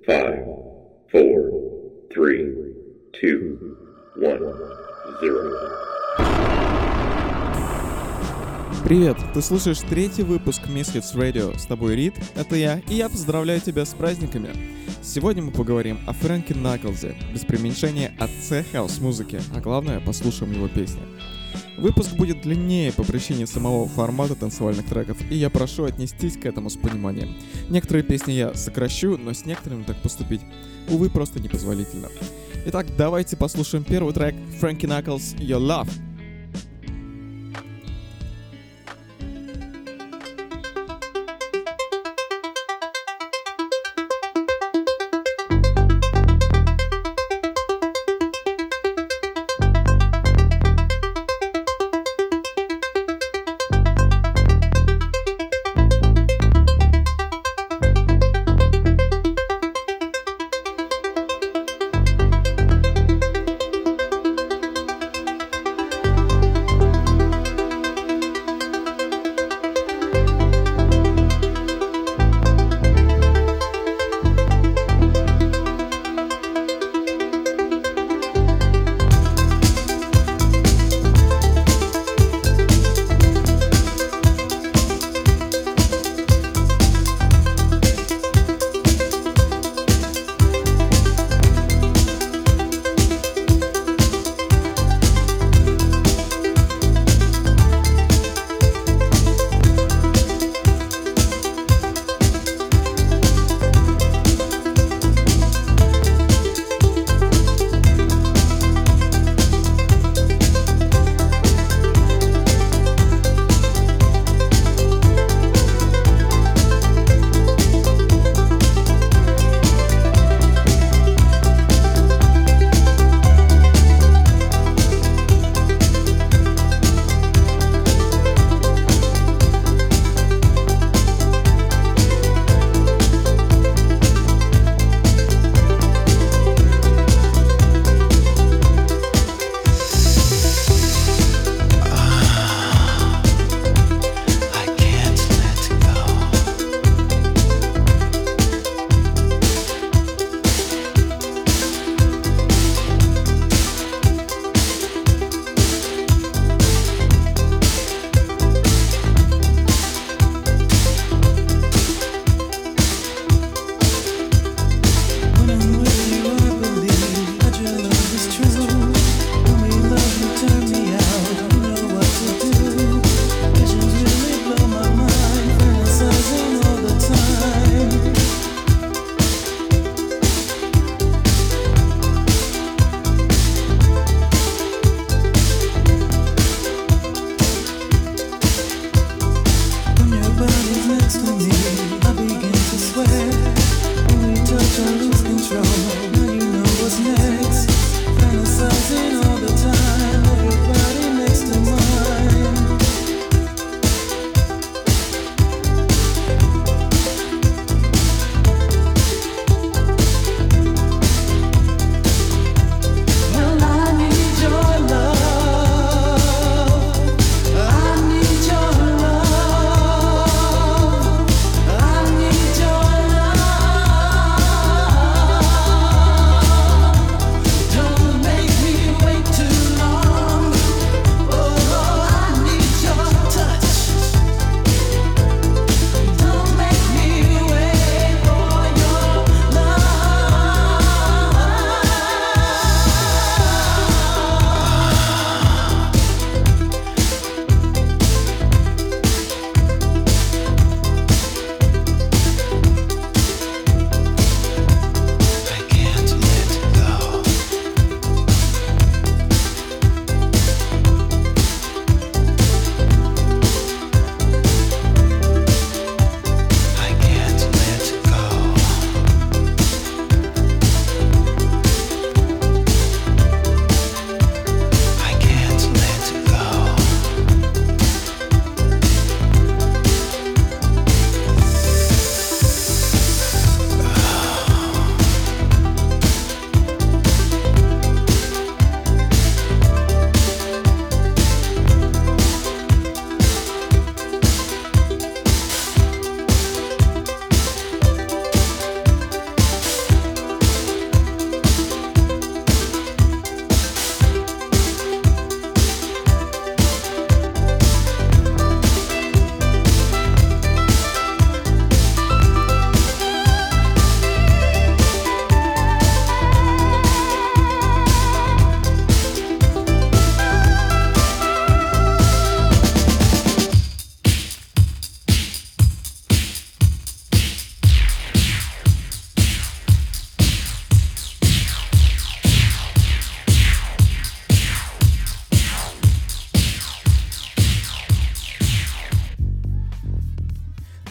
5, 4, 3, 2, 1, 0. Привет, ты слушаешь третий выпуск Misfits Radio. С тобой Рид, это я, и я поздравляю тебя с праздниками. Сегодня мы поговорим о Фрэнки Наклзе, без преуменьшения отце хаус-музыки, а главное, послушаем его песни. Выпуск будет длиннее по причине самого формата танцевальных треков, и я прошу отнестись к этому с пониманием. Некоторые песни я сокращу, но с некоторыми так поступить, увы, просто непозволительно. Итак, давайте послушаем первый трек Фрэнки Наклз «Your Love».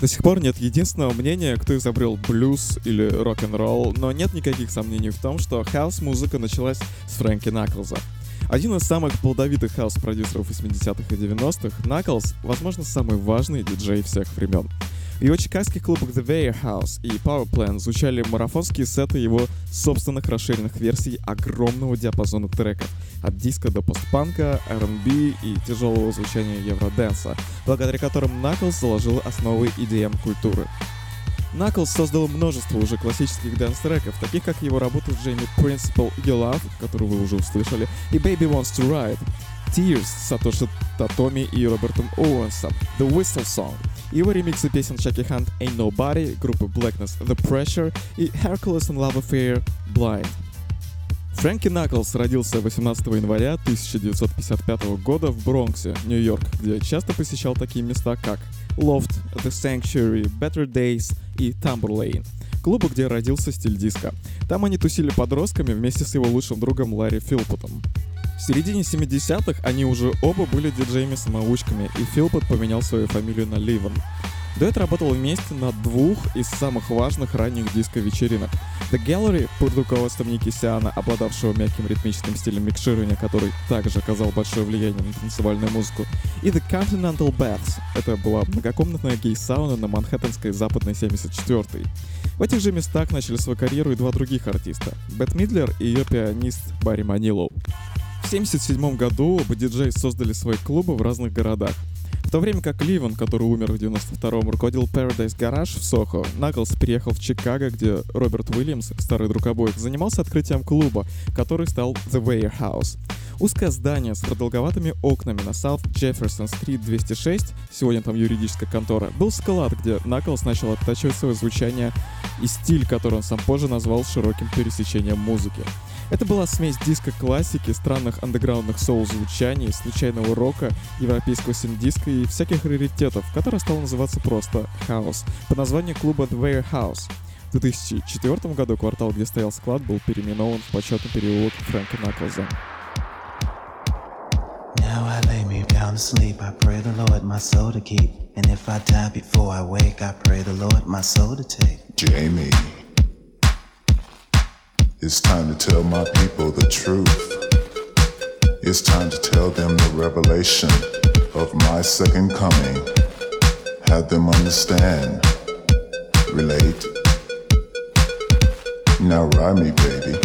сих пор нет единственного мнения, кто изобрел блюз или рок-н-ролл, но нет никаких сомнений в том, что хаус-музыка началась с Фрэнки Наклза. Один из самых плодовитых хаус-продюсеров 80-х и 90-х, Наклз, возможно, самый важный диджей всех времен. В его чикагских клубах The Warehouse и Power Plant звучали марафонские сеты его собственных расширенных версий огромного диапазона треков, от диска до постпанка, R&B и тяжелого звучания евродэнса, благодаря которым Наклз заложил основы EDM-культуры. Наклз создал множество уже классических дэнс-треков, таких как его работы с Джейми Principle You Love, которую вы уже услышали, и Baby Wants to Ride, Tears с Сатоши Татоми и Робертом Оуэнсом, The Whistle Song, его ремиксы песен Чаки Хант Ain't Nobody, группы Blackness The Pressure и Hercules and Love Affair Blind. Фрэнки Наклз родился 18 января 1955 года в Бронксе, Нью-Йорк, где часто посещал такие места, как Loft, The Sanctuary, Better Days и Tambourlane, клубы, где родился стиль диска. Там они тусили подростками вместе с его лучшим другом Ларри Филпотом. В середине 70-х они уже оба были диджеями-самоучками, и Филпот поменял свою фамилию на Ливен. Дуэт работал вместе на двух из самых важных ранних диско-вечеринок. The Gallery под руководством Ники Сиана, обладавшего мягким ритмическим стилем микширования, который также оказал большое влияние на танцевальную музыку, и The Continental Baths. Это была многокомнатная гей-сауна на Манхэттенской западной 74-й. В этих же местах начали свою карьеру и два других артиста — Бет Мидлер и ее пианист Барри Манилоу. В 1977 году оба диджея создали свои клубы в разных городах. В то время как Ливен, который умер в 92-м, руководил Paradise Garage в Сохо, Наклз переехал в Чикаго, где Роберт Уильямс, старый друг обоих, занимался открытием клуба, который стал The Warehouse. Узкое здание с продолговатыми окнами на South Jefferson Street 206, сегодня там юридическая контора, был склад, где Наклз начал оттачивать свое звучание и стиль, который он сам позже назвал широким пересечением музыки. Это была смесь диско-классики, странных андеграундных соул-звучаний, случайного рока, европейского синт-диска и всяких раритетов, которое стало называться просто хаус, по названию клуба The Warehouse. В 2004 году квартал, где стоял склад, был переименован в почетный переулок Фрэнка Наклза. Now I lay me down to sleep, I pray the Lord my soul to keep. And if I die before I wake, I pray the Lord my soul to take. Jamie, it's time to tell my people the truth. It's time to tell them the revelation of my second coming. Have them understand, relate. Now ride me, baby.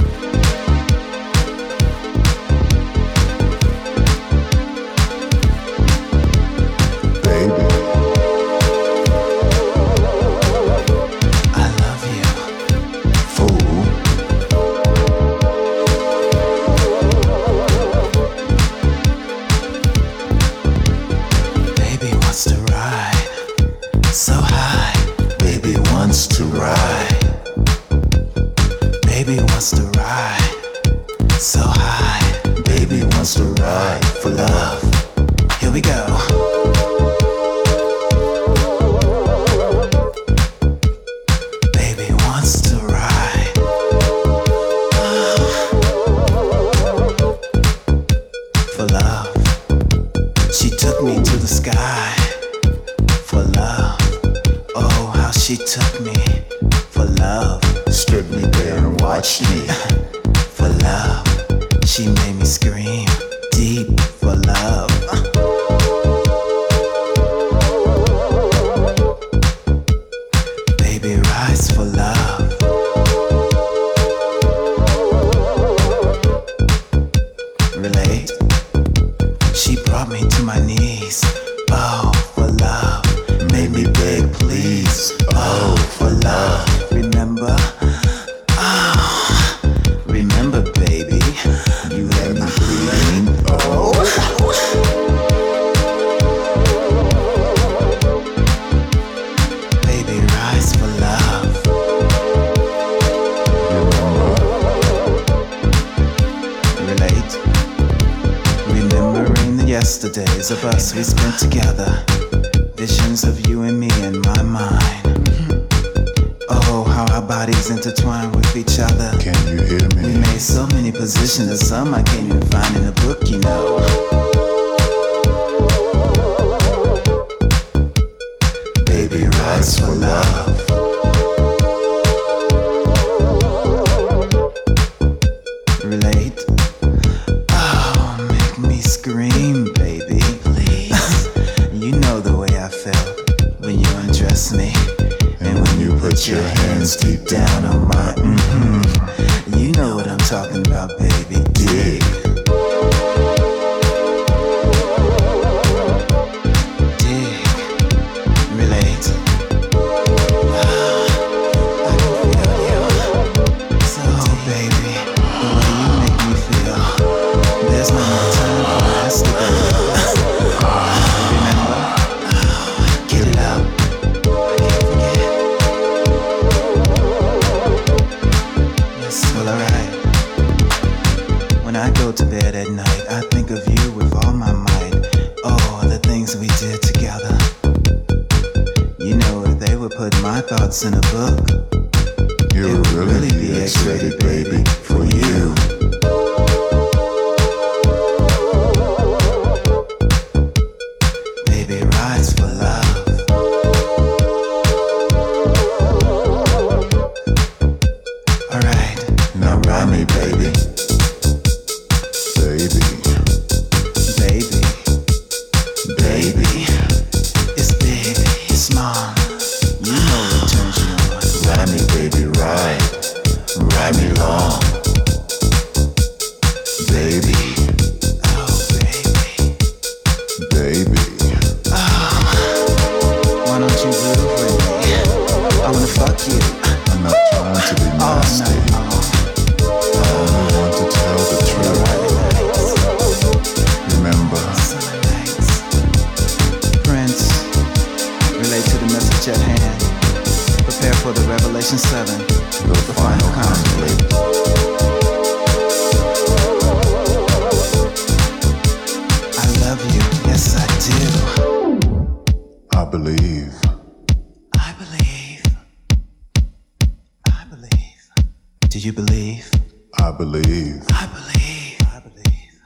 Yesterdays of us we spent together, visions of you and me in my mind. Oh, how our bodies intertwine with each other. Can you hear me? We made so many positions that some I can't even find in a book, you know. Baby, rise love. Relate? Oh, make me scream, baby, please. You know the way I felt when you undress me, and when you put your hands deep down on my You know what I'm talking about, baby. Dig. Dig. Relate. I can feel you. So, baby, the way you make me feel, there's no more time for us to go. Remember? Get it up. I can't forget. Yes, well, alright. When I go to bed at night, I think of you with all my might. Oh, the things we did together. You know, if they would put my thoughts in a book, You'll it would really be X-rated, baby, for you. Baby, rise for love. Alright, Now ride me, baby. Baby, baby, baby. It's big, it's small. You know what turns you on. ride me, baby, ride. Ride me long. Baby, Oh, baby. baby. Why don't you groove with me? I wanna fuck you I'm not trying to be all nasty. night long. I only want to tell the truth. Remember, Summer nights. Prince, relate to the message at hand. Prepare for the Revelation 7, the final conflict. I love you, yes I do. I believe. I believe. I believe. Do you believe? I believe. I believe. I believe.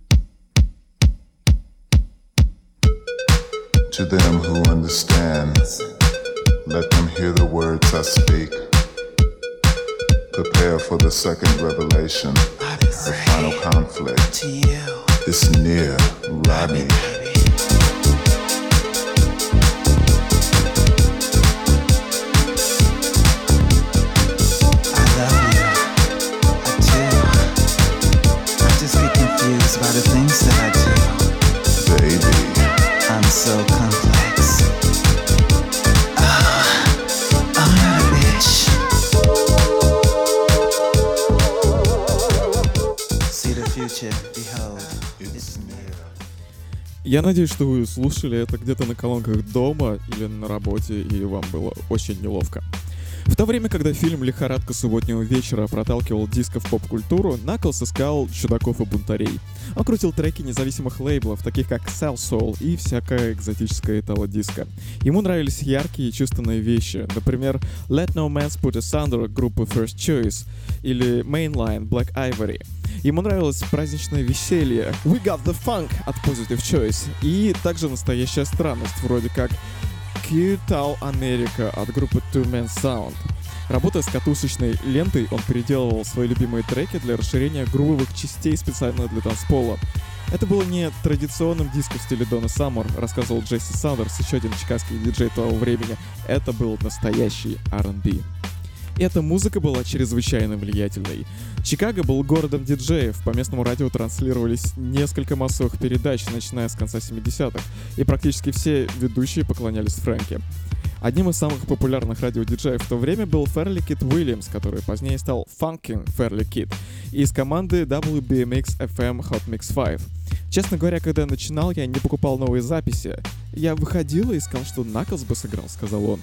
To them who understand, let them hear the words I speak. Prepare for the second revelation, I the pray final conflict. to you, It's near, ride me. baby. I love you. I do. I just get confused by the things that I do. Baby, I'm so complex. I'm not a bitch. See the future, behold, it's near. Я надеюсь, что вы слушали это где-то на колонках дома или на работе, и вам было очень неловко. В то время, когда фильм «Лихорадка субботнего вечера» проталкивал диско в поп-культуру, Наклз искал чудаков и бунтарей. Он крутил треки независимых лейблов, таких как Cell Soul и всякая экзотическая итало-диско. Ему нравились яркие и чувственные вещи, например, Let No Man's Put Asunder группы First Choice или Mainline Black Ivory. Ему нравилось праздничное веселье We Got The Funk от Positive Choice и также настоящая странность, вроде как Q-Tal America от группы Two Man Sound. Работая с катушечной лентой, он переделывал свои любимые треки для расширения грувовых частей специально для танцпола. Это было не традиционным диско в стиле Донна Саммер, рассказывал Джесси Сандерс, еще один чикагский диджей того времени. Это был настоящий R&B. И эта музыка была чрезвычайно влиятельной. Чикаго был городом диджеев, по местному радио транслировались несколько массовых передач, начиная с конца 70-х, и практически все ведущие поклонялись Фрэнки. Одним из самых популярных радиодиджеев в то время был Ферли Кид Уильямс, который позднее стал Funkin' Fairly Kid, из команды WBMX FM Hot Mix 5. Честно говоря, когда я начинал, я не покупал новые записи. Я выходил и искал, что Наклз бы сыграл, сказал он.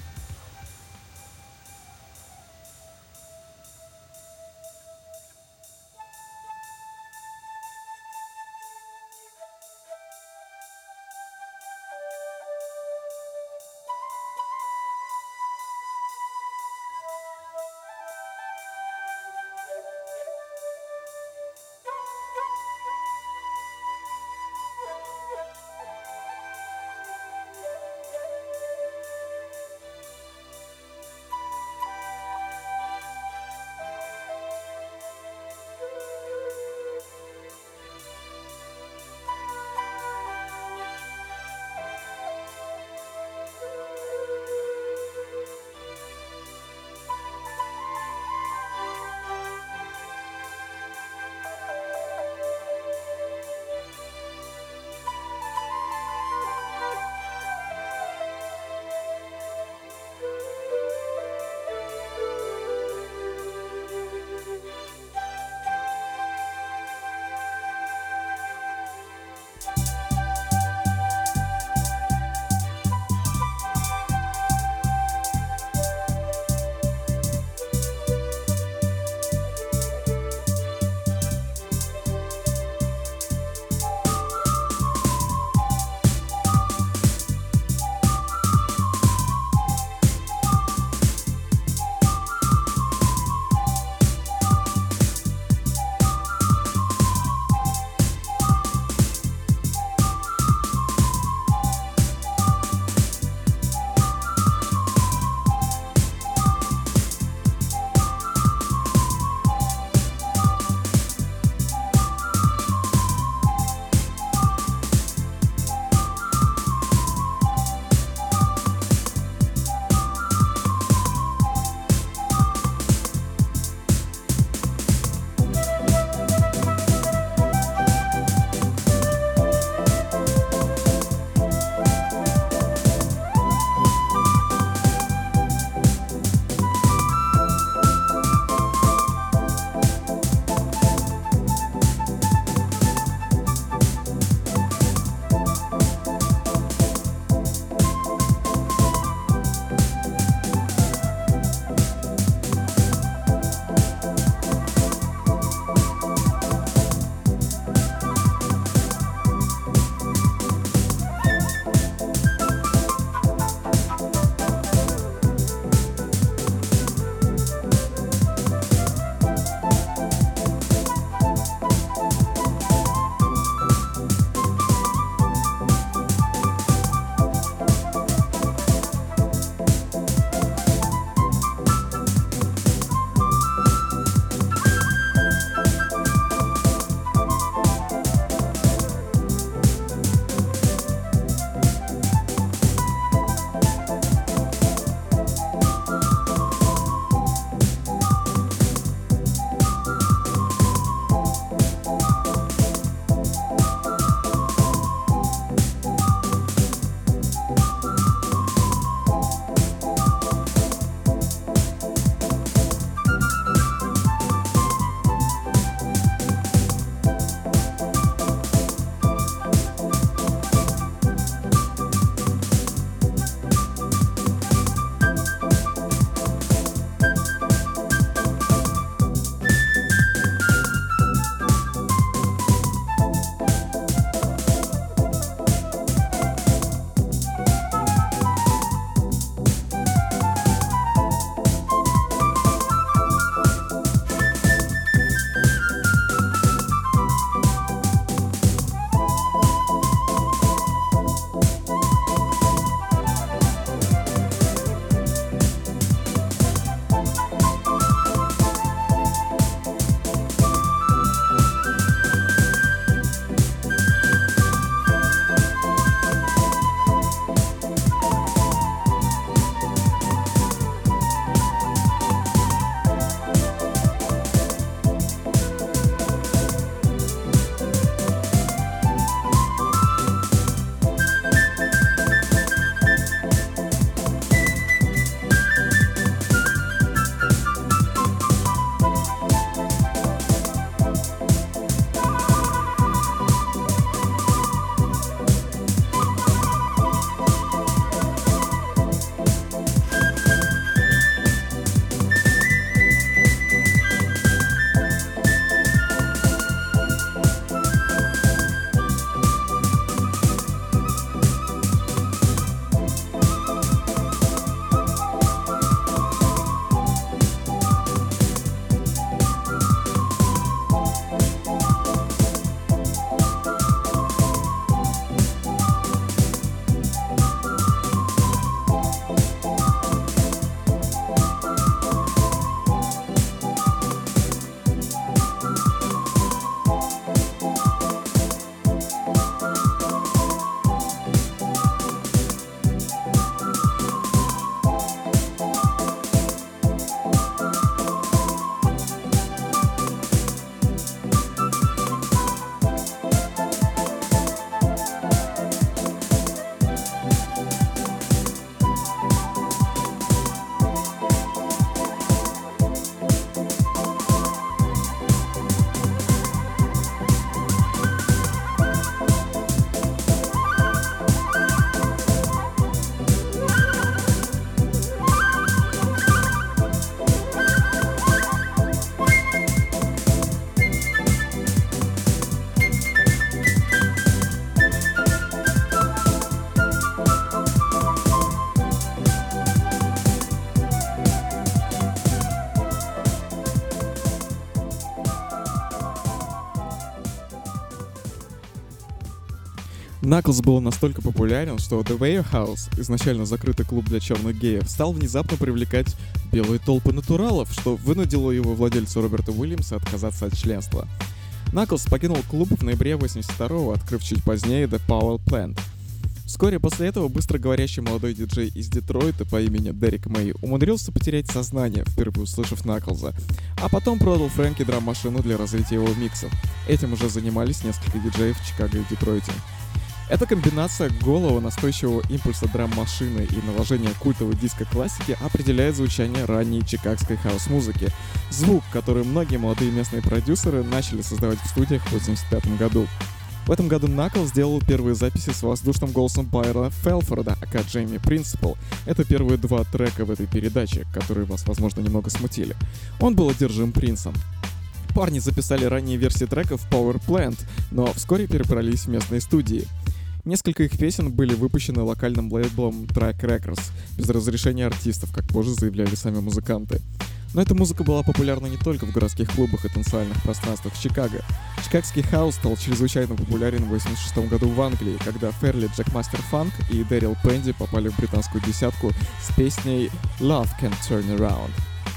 Knuckles был настолько популярен, что The Warehouse, изначально закрытый клуб для черных геев, стал внезапно привлекать белые толпы натуралов, что вынудило его владельца Роберта Уильямса отказаться от членства. Knuckles покинул клуб в ноябре 82-го, открыв чуть позднее The Power Plant. Вскоре после этого быстро говорящий молодой диджей из Детройта по имени Дерек Мэй умудрился потерять сознание, впервые услышав Наклза, а потом продал Фрэнки драм-машину для развития его миксов. Этим уже занимались несколько диджеев в Чикаго и Детройте. Эта комбинация голого настойчивого импульса драм-машины и наложения культовой диско-классики определяет звучание ранней чикагской хаус-музыки, звук, который многие молодые местные продюсеры начали создавать в студиях в 1985 году. В этом году Knuckles сделал первые записи с воздушным голосом Байрона Фелфорда, ака Джейми Принципл. Это первые 2 трека в этой передаче, которые вас, возможно, немного смутили. Он был одержим Принцем. Парни записали ранние версии треков в Power Plant, но вскоре перебрались в местные студии. Несколько их песен были выпущены локальным лейблом Track Records, без разрешения артистов, как позже заявляли сами музыканты. Но эта музыка была популярна не только в городских клубах и танцевальных пространствах Чикаго. Чикагский хаус стал чрезвычайно популярен в 1986 году в Англии, когда Ферли Джекмастер Фанк и Дэрил Пенди попали в британскую десятку с песней «Love Can Turn Around».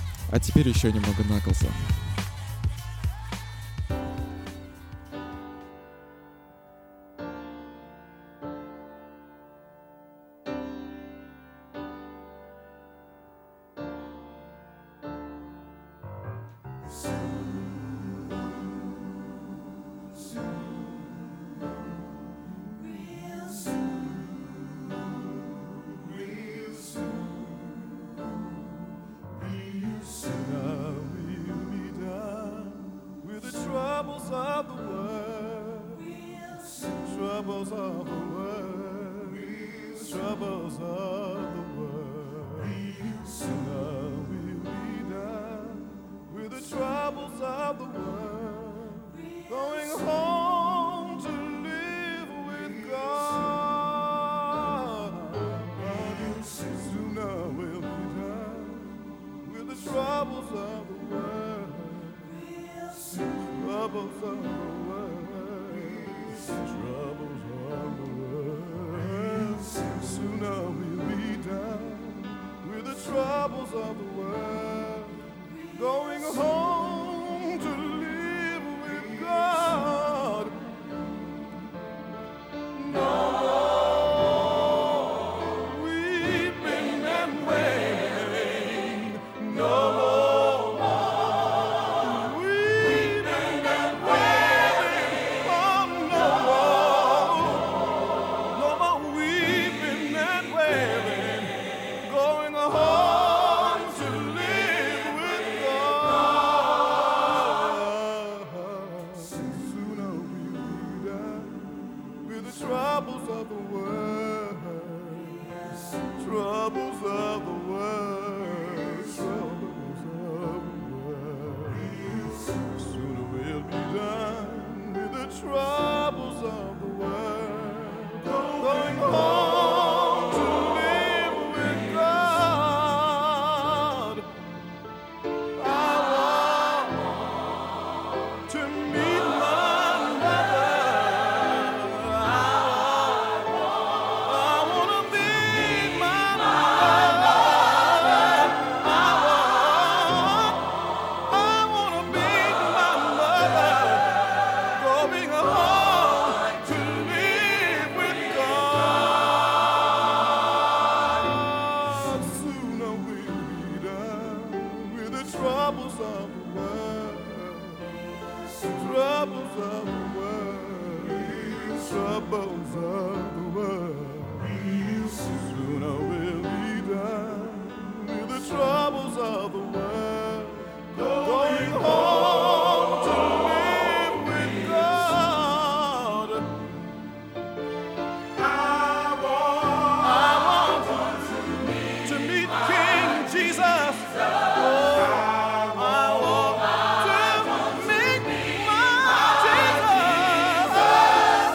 А теперь еще немного Наклза.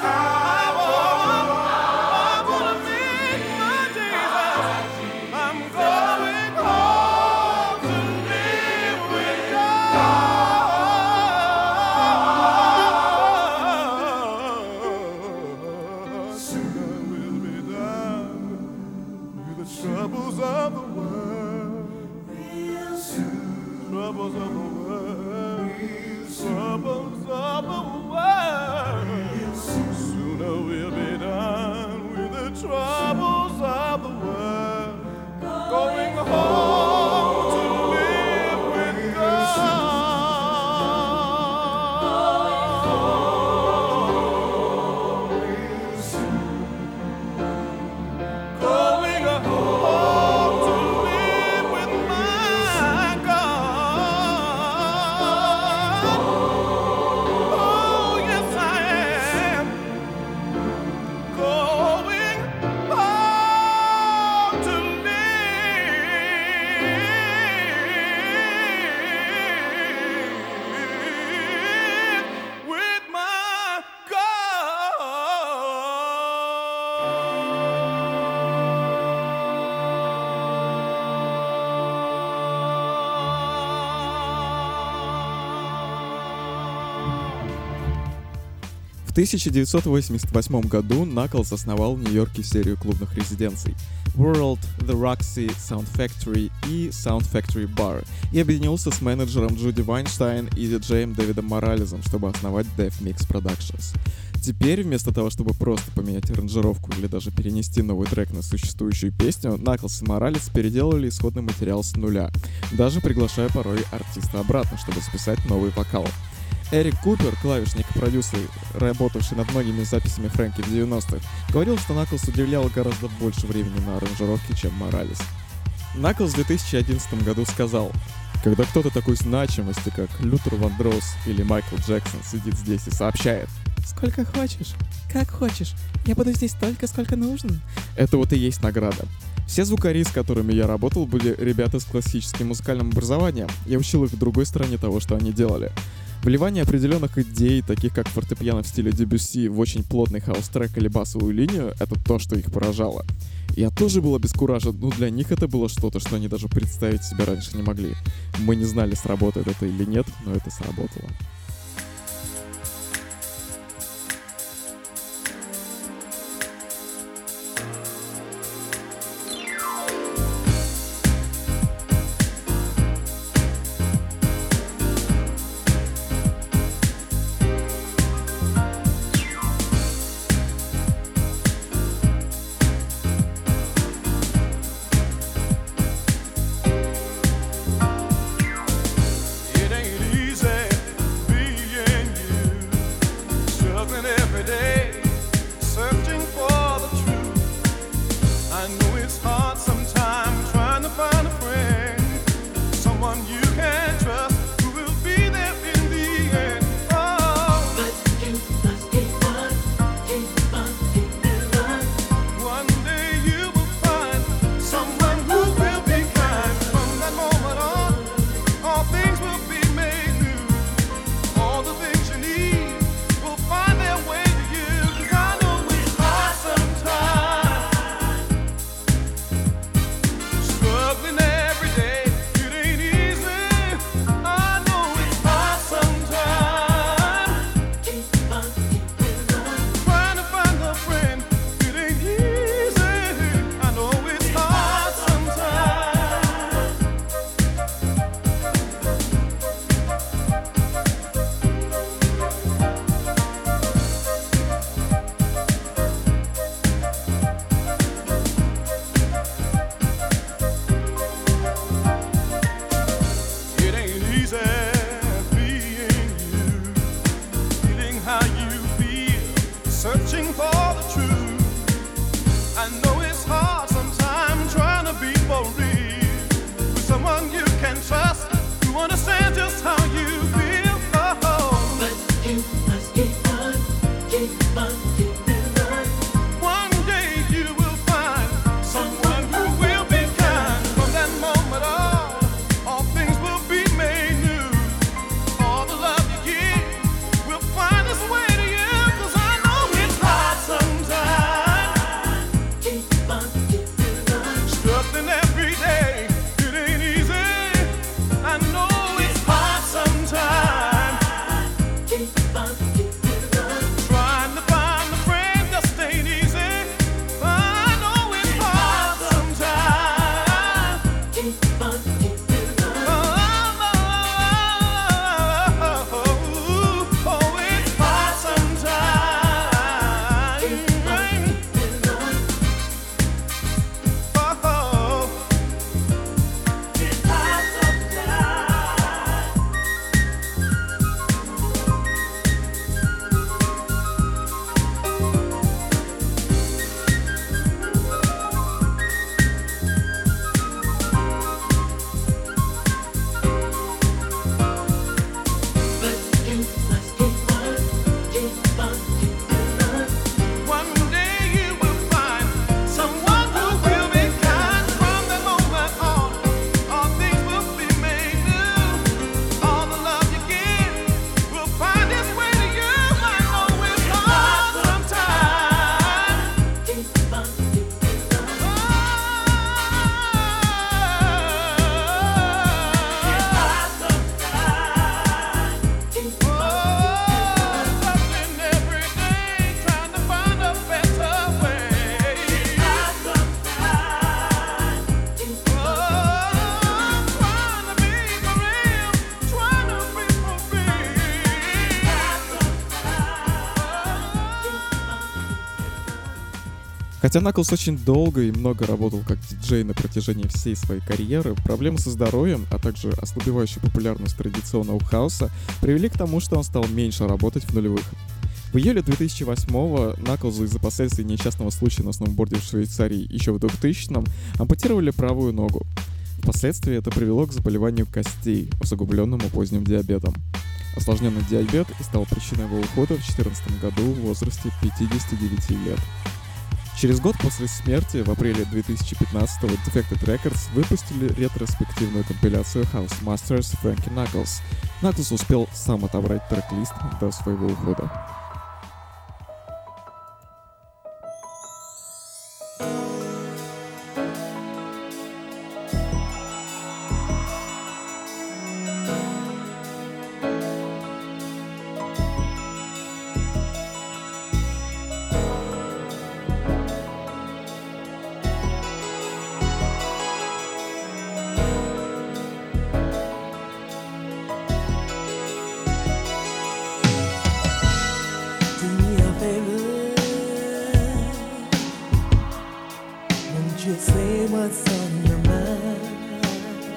I'm 1988 году Knuckles основал в Нью-Йорке серию клубных резиденций World, The Roxy, Sound Factory и Sound Factory Bar и объединился с менеджером Джуди Вайнштайн и диджеем Дэвидом Моралесом, чтобы основать Def Mix Productions. Теперь, вместо того, чтобы просто поменять аранжировку или даже перенести новый трек на существующую песню, Knuckles и Моралес переделали исходный материал с нуля, даже приглашая порой артиста обратно, чтобы списать новый вокал. Эрик Купер, клавишник и продюсер, работавший над многими записями Фрэнки в 90-х, говорил, что Knuckles уделял гораздо больше времени на аранжировки, чем Моралес. Knuckles в 2011 году сказал: «Когда кто-то такой значимости, как Лютер Вандроус или Майкл Джексон, сидит здесь и сообщает: сколько хочешь, как хочешь, я буду здесь столько, сколько нужно», это вот и есть награда. Все звукари, с которыми я работал, были ребята с классическим музыкальным образованием. Я учил их в другой стороне того, что они делали. Вливание определенных идей, таких как фортепиано в стиле Дебюсси, в очень плотный хаус-трек или басовую линию, это то, что их поражало. Я тоже был обескуражен, но для них это было что-то, что они даже представить себе раньше не могли. Мы не знали, сработает это или нет, но это сработало. Хотя Наклз очень долго и много работал как диджей на протяжении всей своей карьеры, проблемы со здоровьем, а также ослабевающая популярность традиционного хауса привели к тому, что он стал меньше работать в нулевых. В июле 2008-го Наклзу из-за последствий несчастного случая на сноуборде в Швейцарии еще в 2000-м ампутировали правую ногу. Впоследствии это привело к заболеванию костей, усугубленному поздним диабетом. Осложненный диабет и стал причиной его ухода в 2014 году в возрасте 59 лет. Через год после смерти, в апреле 2015-го, Defected Records выпустили ретроспективную компиляцию House Masters Frankie Knuckles. Knuckles успел сам отобрать трек-лист до своего ухода. Say what's on your mind.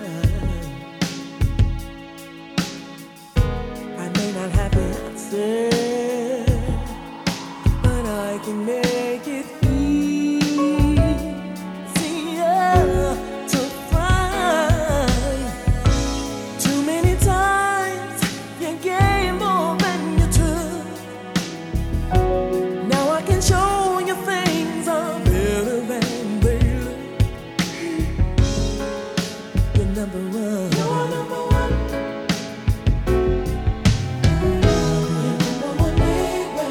I may not have the answer, but I can make it easier to find. Too many times you gave more than you took. Now I can show you things are better than number one. You're number one. You're number one, baby.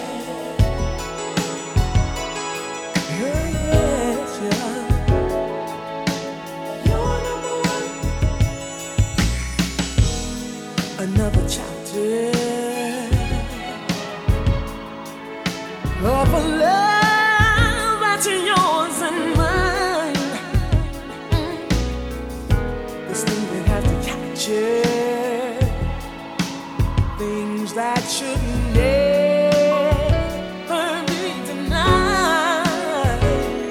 Yes, yeah. You're number one. Another chapter of a love that's yours and mine. This thing that has to capture things that should never be denied.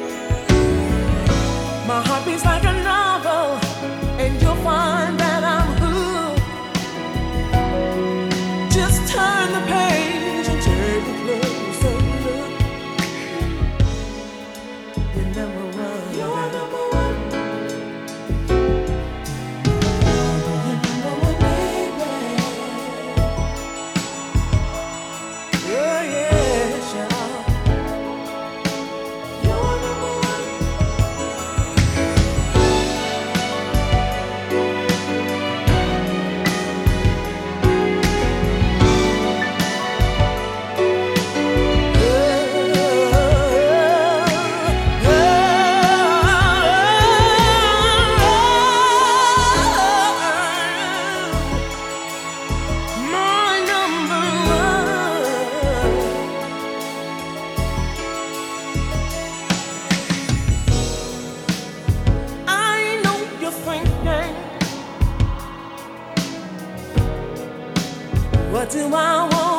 My heart beats like a novel, and you'll find that I'm hooked. Just turn the page and take a closer look. You're number one. You're number one. What do I want?